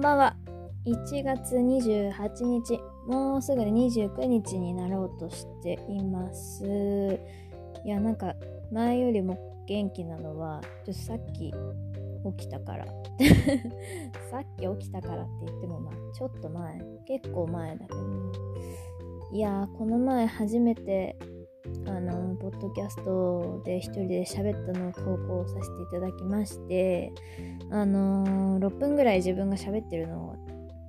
ばんは。1月28日、もうすぐで29日になろうとしています。いや、なんか前よりも元気なのは、さっき起きたからさっき起きたからって言ってもちょっと前、結構前だけど、いやこの前初めてポッドキャストで一人で喋ったのを投稿させていただきまして、6分ぐらい自分が喋ってるのを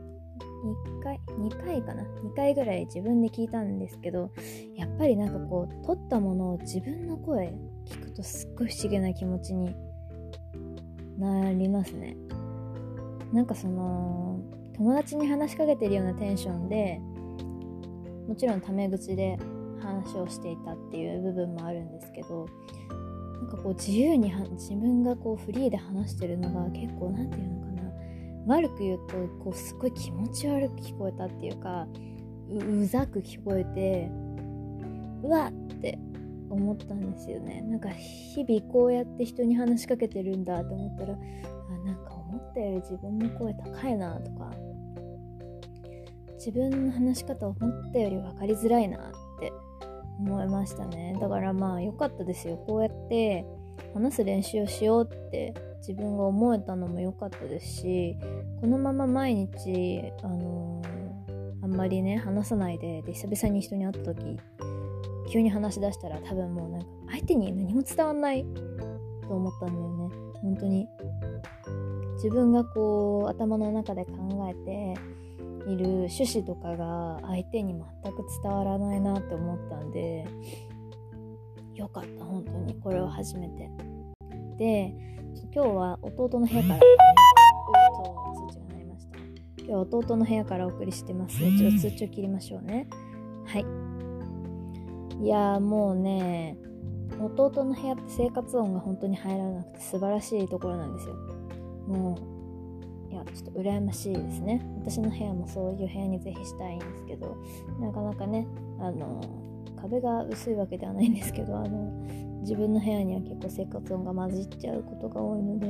2回ぐらい自分で聞いたんですけど、やっぱりなんかこう撮ったものを自分の声聞くとすっごい不思議な気持ちになりますね。なんか友達に話しかけてるようなテンションで、もちろんタメ口で話をしていたっていう部分もあるんですけど、なんかこう自由に自分がこうフリーで話してるのが結構なんていうのかな、悪く言うとこうすごい気持ち悪く聞こえたっていうか、うざく聞こえて、うわって思ったんですよね。なんか日々こうやって人に話しかけてるんだと思ったら、なんか思ったより自分の声高いなとか、自分の話し方を思ったより分かりづらいなって思いましたね。だから良かったですよ。こうやって話す練習をしようって自分が思えたのも良かったですし、このまま毎日あんまりね話さないで久々に人に会った時急に話し出したら、多分もうなんか相手に何も伝わんないと思ったんだよね。本当に自分がこう頭の中で考えている趣旨とかが相手に全く伝わらないなって思ったんで、よかった。本当にこれは初めてで、今日は弟の部屋から通知が鳴りました。今日は弟の部屋からお送りしてます。ちょっと通知を切りましょうね。はい。いやもうね、弟の部屋って生活音が本当に入らなくて素晴らしいところなんですよ。もうちょっと羨ましいですね。私の部屋もそういう部屋にぜひしたいんですけど、なかなかね壁が薄いわけではないんですけど、自分の部屋には結構生活音が混じっちゃうことが多いので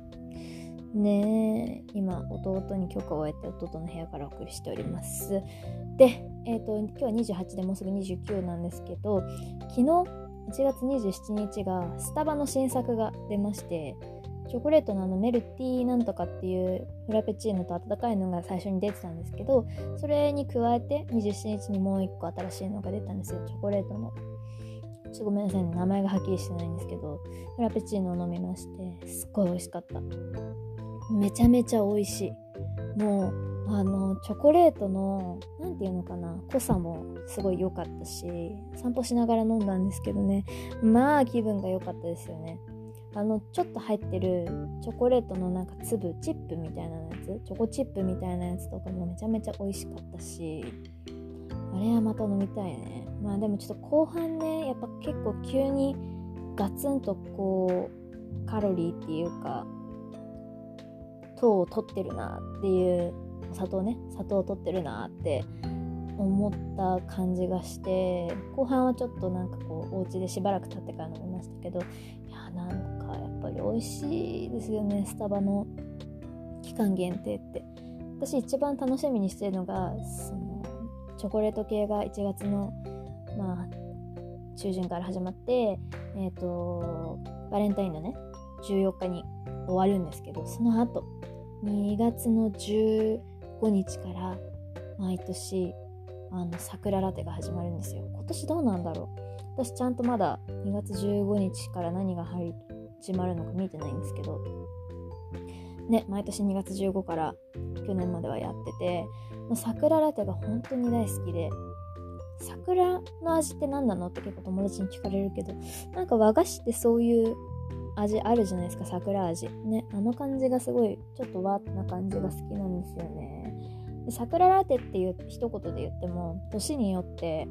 ね。今弟に許可を得て弟の部屋からお送りしております。で、今日は28でもうすぐ29なんですけど、昨日1月27日がスタバの新作が出まして、チョコレートのメルティーなんとかっていうフラペチーノと温かいのが最初に出てたんですけど、それに加えて27日にもう一個新しいのが出たんですよ。チョコレートの、ちょっとごめんなさいね、名前がはっきりしてないんですけど、フラペチーノを飲みまして、すっごい美味しかった。めちゃめちゃ美味しい。もうチョコレートのなんていうのかな、濃さもすごい良かったし、散歩しながら飲んだんですけどね、気分が良かったですよね。ちょっと入ってるチョコレートのなんか粒チップみたいなやつ、チョコチップみたいなやつとかもめちゃめちゃ美味しかったし、あれはまた飲みたいね。でもちょっと後半ね、やっぱ結構急にガツンとこうカロリーっていうか糖を取ってるなっていう、砂糖を取ってるなって思った感じがして、後半はちょっとなんかこうお家でしばらく経ってから飲みましたけど、なんかやっぱり美味しいですよね、スタバの期間限定って。私一番楽しみにしてるのがチョコレート系が1月の中旬から始まって、バレンタインのね14日に終わるんですけど、その後2月の15日から毎年桜ラテが始まるんですよ。今年どうなんだろう。私ちゃんとまだ2月15日から何が始まるのか見てないんですけどね、毎年2月15から去年まではやってて、桜ラテが本当に大好きで、桜の味って何なのって結構友達に聞かれるけど、なんか和菓子ってそういう味あるじゃないですか、桜味ね。感じがすごいちょっと和な感じが好きなんですよね。で、桜ラテっていう一言で言っても年によって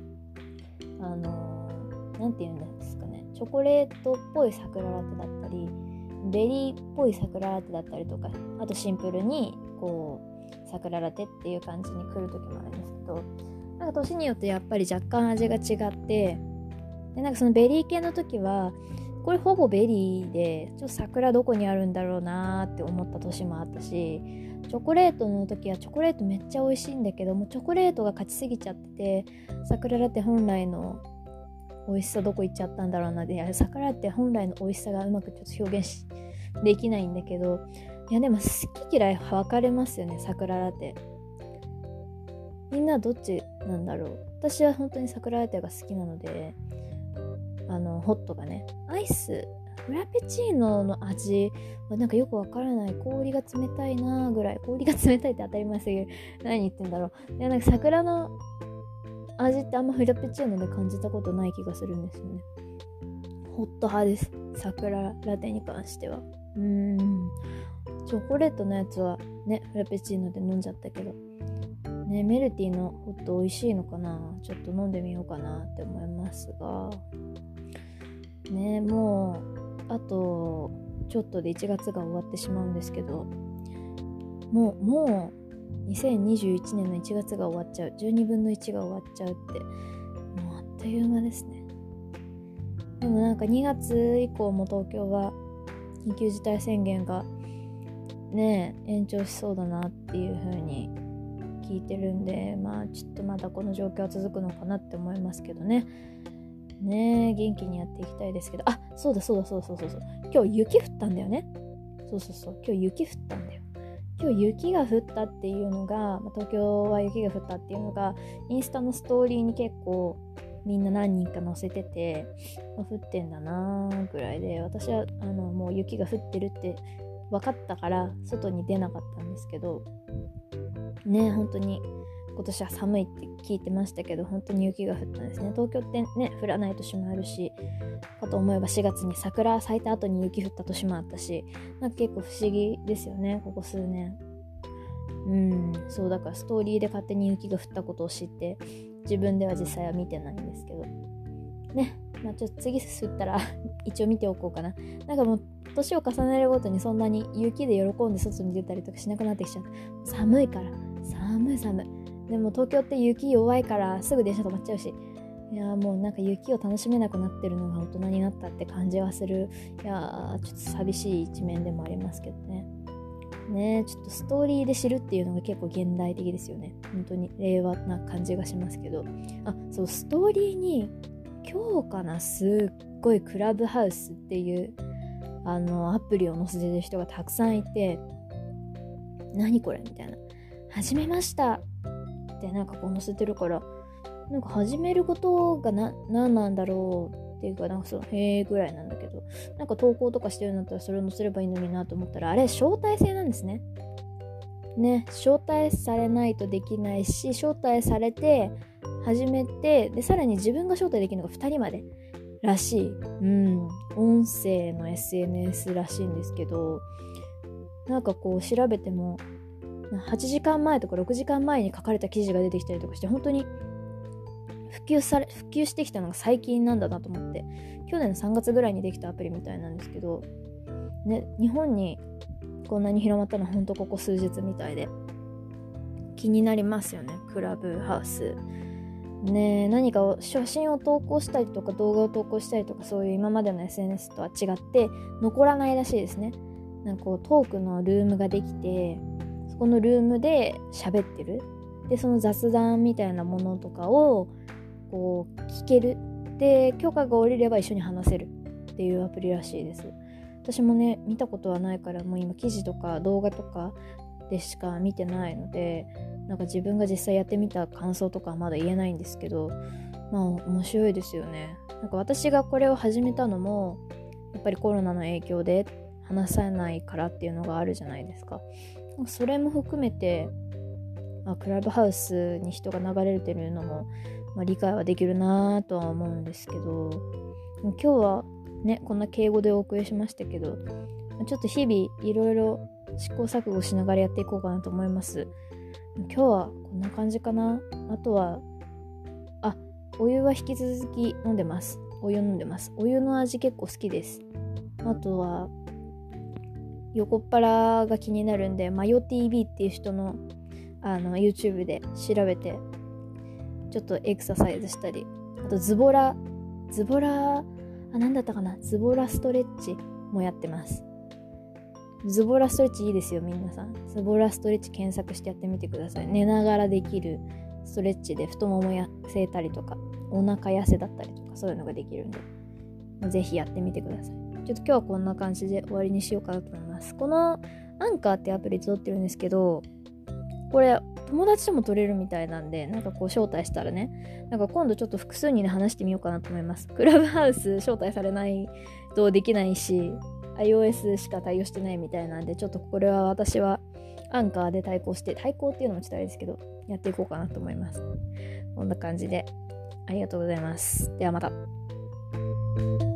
なんて言うんですかね、チョコレートっぽい桜ラテだったり、ベリーっぽい桜ラテだったりとか、あとシンプルにこう桜ラテっていう感じに来る時もあるんですけど、なんか年によってやっぱり若干味が違って、でなんかそのベリー系の時はこれほぼベリーで、ちょっと桜どこにあるんだろうなーって思った年もあったし、チョコレートの時はチョコレートめっちゃ美味しいんだけども、チョコレートが勝ちすぎちゃってて、桜ラテ本来の美味しさどこ行っちゃったんだろうなで、桜ラテ本来の美味しさがうまくちょっと表現できないんだけど、いやでも好き嫌い分かれますよね、桜ラテ。みんなどっちなんだろう。私は本当に桜ラテが好きなので、ホットがね、アイスフラペチーノの味はなんかよくわからない、氷が冷たいなぐらい、氷が冷たいって当たり前すぎる、何言ってんだろう。いや、なんか桜の味ってあんまフラペチーノで感じたことない気がするんですよね。ホット派です、桜ラテに関しては。チョコレートのやつはね、フラペチーノで飲んじゃったけどね、メルティーのホット美味しいのかな、ちょっと飲んでみようかなって思いますがね。もうあとちょっとで1月が終わってしまうんですけど、もう2021年の1月が終わっちゃう、12分の1が終わっちゃうって、もうあっという間ですね。でもなんか2月以降も東京は緊急事態宣言がね延長しそうだなっていう風に聞いてるんで、まあちょっとまだこの状況は続くのかなって思いますけどね。元気にやっていきたいですけど、そうだ、今日雪降ったんだよね。今日雪降ったんだよ。今日雪が降ったっていうのが、東京は雪が降ったっていうのがインスタのストーリーに結構みんな何人か載せてて、降ってんだなーぐらいで、私はもう雪が降ってるって分かったから外に出なかったんですけどね、本当に今年は寒いって聞いてましたけど、本当に雪が降ったんですね。東京ってね、降らない年もあるし、かと思えば4月に桜咲いた後に雪降った年もあったし、なんか結構不思議ですよね、ここ数年。そうだからストーリーで勝手に雪が降ったことを知って、自分では実際は見てないんですけどね。ちょっと次降ったら一応見ておこうかな。なんかもう年を重ねるごとにそんなに雪で喜んで外に出たりとかしなくなってきちゃう。寒いから、寒い。でも東京って雪弱いからすぐ電車止まっちゃうし、いやもうなんか雪を楽しめなくなってるのが大人になったって感じはする。いやちょっと寂しい一面でもありますけどね。ちょっとストーリーで知るっていうのが結構現代的ですよね。本当に令和な感じがしますけど、そう、ストーリーに今日かな、すっごいクラブハウスっていうアプリを載せてる人がたくさんいて、何これみたいな、始めましたってなんかこう載せてるから、なんか始めることが何なんだろうっていうか、なんかへーぐらいなんだけど、なんか投稿とかしてるんだったらそれを載せればいいのになと思ったら、あれ招待制なんですね。招待されないとできないし、招待されて始めて、でさらに自分が招待できるのが2人までらしい。音声の SNS らしいんですけど、なんかこう調べても8時間前とか6時間前に書かれた記事が出てきたりとかして、本当に普及してきたのが最近なんだなと思って、去年の3月ぐらいにできたアプリみたいなんですけどね、日本にこんなに広まったのは本当ここ数日みたいで気になりますよね、クラブハウスね。何か写真を投稿したりとか動画を投稿したりとか、そういう今までの SNS とは違って残らないらしいですね。なんかこうトークのルームができて、そこのルームで喋ってる、でその雑談みたいなものとかをこう聞ける、で許可が下りれば一緒に話せるっていうアプリらしいです。私もね見たことはないから、もう今記事とか動画とかでしか見てないので、なんか自分が実際やってみた感想とかはまだ言えないんですけど、面白いですよね。なんか私がこれを始めたのもやっぱりコロナの影響で話さないからっていうのがあるじゃないですか。それも含めてクラブハウスに人が流れてるのも、理解はできるなとは思うんですけど、今日はねこんな敬語でお送りしましたけど、ちょっと日々いろいろ試行錯誤しながらやっていこうかなと思います。今日はこんな感じかな。あとはお湯は引き続き飲んでます。お湯の味結構好きです。あとは横っ腹が気になるんで、マヨ TV っていう人のYouTube で調べてちょっとエクササイズしたり、あとズボラなんだったかな、ズボラストレッチもやってます。ズボラストレッチいいですよ、皆さん。ズボラストレッチ検索してやってみてください。寝ながらできるストレッチで太もも痩せたりとか、お腹痩せだったりとか、そういうのができるんで、ぜひやってみてください。ちょっと今日はこんな感じで終わりにしようかなと思います。このアンカーってアプリ撮ってるんですけど、これ友達とも撮れるみたいなんで、なんかこう招待したらね、なんか今度ちょっと複数人で話してみようかなと思います。クラブハウス招待されないとできないし、iOS しか対応してないみたいなんで、ちょっとこれは私はアンカーで対抗っていうのもちょっとあれですけど、やっていこうかなと思います。こんな感じでありがとうございます。ではまた。